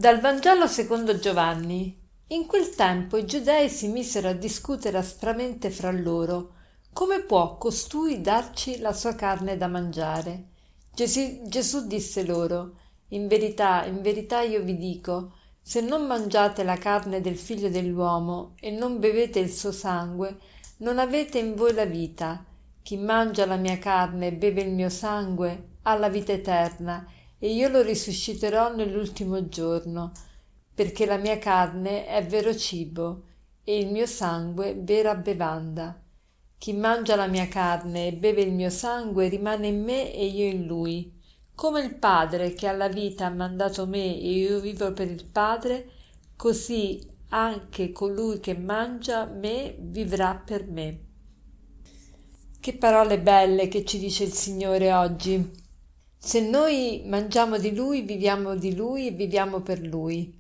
Dal Vangelo secondo Giovanni. In quel tempo i giudei si misero a discutere aspramente fra loro: come può costui darci la sua carne da mangiare? Gesù disse loro: in verità io vi dico, se non mangiate la carne del Figlio dell'uomo e non bevete il suo sangue, non avete in voi la vita. Chi mangia la mia carne e beve il mio sangue ha la vita eterna, e io lo risusciterò nell'ultimo giorno, perché la mia carne è vero cibo e il mio sangue vera bevanda. Chi mangia la mia carne e beve il mio sangue rimane in me e io in lui. Come il Padre che ha la vita ha mandato me e io vivo per il Padre, così anche colui che mangia me vivrà per me. Che parole belle che ci dice il Signore oggi! Se noi mangiamo di Lui e viviamo per Lui.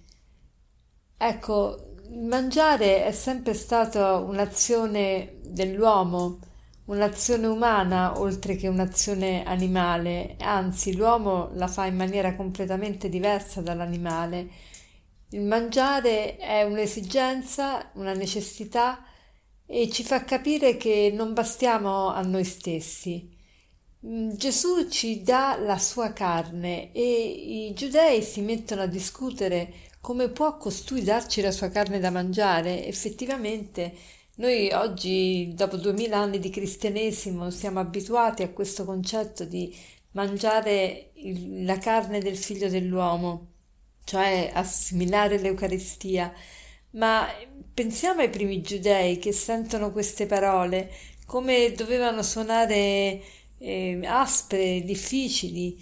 Ecco, mangiare è sempre stata un'azione dell'uomo, un'azione umana oltre che un'azione animale, anzi l'uomo la fa in maniera completamente diversa dall'animale. Il mangiare è un'esigenza, una necessità e ci fa capire che non bastiamo a noi stessi. Gesù ci dà la sua carne e i giudei si mettono a discutere come può costui darci la sua carne da mangiare. Effettivamente noi oggi, dopo 2000 anni di cristianesimo, siamo abituati a questo concetto di mangiare la carne del Figlio dell'uomo, cioè assimilare l'Eucaristia. Ma pensiamo ai primi giudei che sentono queste parole, come dovevano suonare aspre, difficili,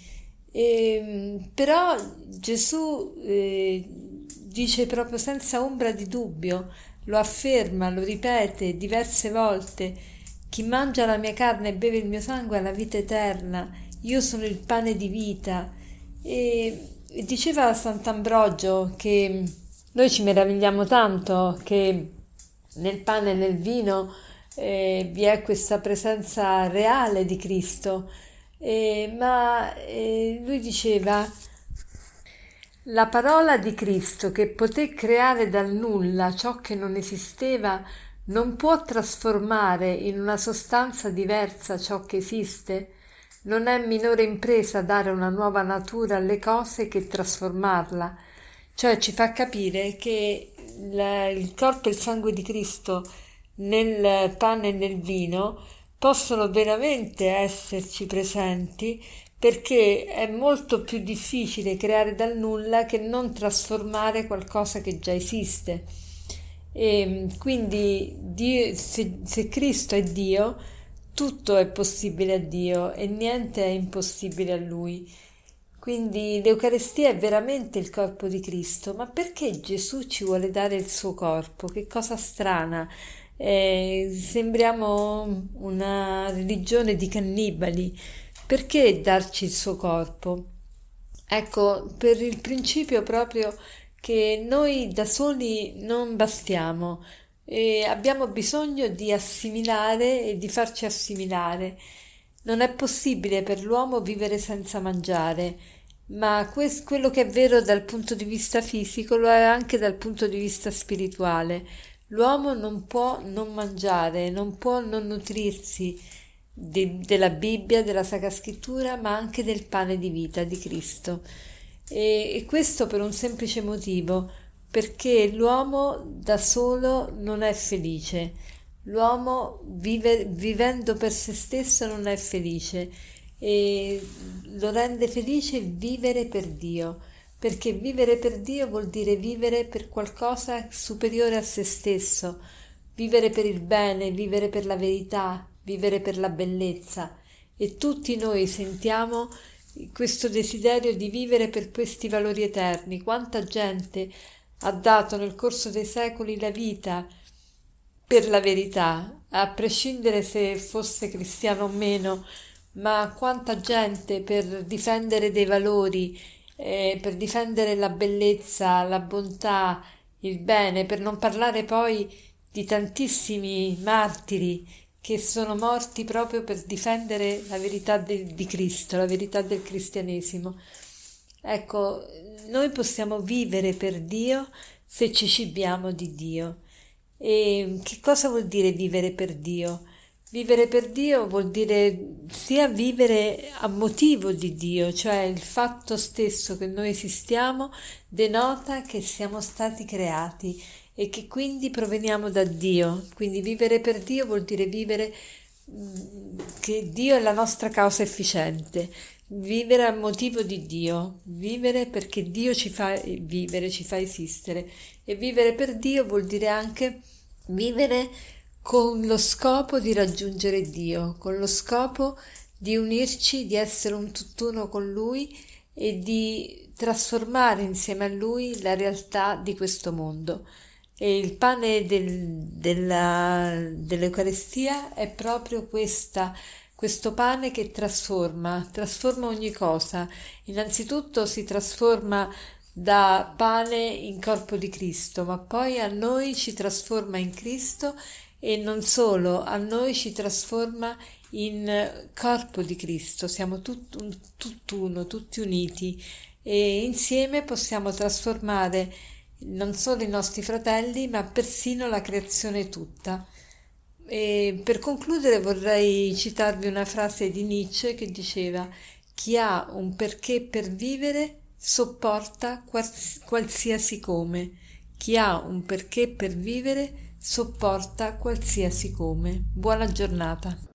però Gesù dice proprio senza ombra di dubbio, lo afferma, lo ripete diverse volte: chi mangia la mia carne e beve il mio sangue ha la vita eterna, io sono il pane di vita. E diceva Sant'Ambrogio che noi ci meravigliamo tanto che nel pane e nel vino vi è questa presenza reale di Cristo, ma lui diceva: la parola di Cristo che poté creare dal nulla ciò che non esisteva non può trasformare in una sostanza diversa ciò che esiste? Non è minore impresa dare una nuova natura alle cose che trasformarla? Cioè ci fa capire che il corpo e il sangue di Cristo nel pane e nel vino possono veramente esserci presenti, perché è molto più difficile creare dal nulla che non trasformare qualcosa che già esiste. E quindi se Cristo è Dio, tutto è possibile a Dio e niente è impossibile a Lui. Quindi l'Eucaristia è veramente il corpo di Cristo. Ma perché Gesù ci vuole dare il suo corpo? Che cosa strana! Sembriamo una religione di cannibali. Perché darci il suo corpo? Ecco, per il principio proprio che noi da soli non bastiamo e abbiamo bisogno di assimilare e di farci assimilare. Non è possibile per l'uomo vivere senza mangiare, ma quello che è vero dal punto di vista fisico lo è anche dal punto di vista spirituale. L'uomo non può non mangiare, non può non nutrirsi della Bibbia, della Sacra Scrittura, ma anche del pane di vita di Cristo. E questo per un semplice motivo: perché l'uomo da solo non è felice. L'uomo vivendo per se stesso non è felice, e lo rende felice vivere per Dio, perché vivere per Dio vuol dire vivere per qualcosa superiore a se stesso, vivere per il bene, vivere per la verità, vivere per la bellezza. E tutti noi sentiamo questo desiderio di vivere per questi valori eterni. Quanta gente ha dato nel corso dei secoli la vita per la verità, a prescindere se fosse cristiano o meno, ma quanta gente per difendere dei valori, per difendere la bellezza, la bontà, il bene, per non parlare poi di tantissimi martiri che sono morti proprio per difendere la verità di Cristo, la verità del cristianesimo. Ecco, noi possiamo vivere per Dio se ci cibiamo di Dio. E che cosa vuol dire vivere per Dio? Vivere per Dio vuol dire sia vivere a motivo di Dio, cioè il fatto stesso che noi esistiamo denota che siamo stati creati e che quindi proveniamo da Dio. Quindi vivere per Dio vuol dire vivere che Dio è la nostra causa efficiente, vivere a motivo di Dio, vivere perché Dio ci fa vivere, ci fa esistere. E vivere per Dio vuol dire anche vivere con lo scopo di raggiungere Dio, con lo scopo di unirci, di essere un tutt'uno con Lui e di trasformare insieme a Lui la realtà di questo mondo. E il pane dell'Eucaristia è proprio questo pane che trasforma ogni cosa. Innanzitutto si trasforma da pane in corpo di Cristo, ma poi a noi ci trasforma in Cristo e non solo, a noi ci trasforma in corpo di Cristo, siamo tutt'uno, tutti uniti e insieme possiamo trasformare non solo i nostri fratelli, ma persino la creazione tutta. E per concludere vorrei citarvi una frase di Nietzsche che diceva: chi ha un perché per vivere sopporta qualsiasi come. Chi ha un perché per vivere sopporta qualsiasi come. Buona giornata.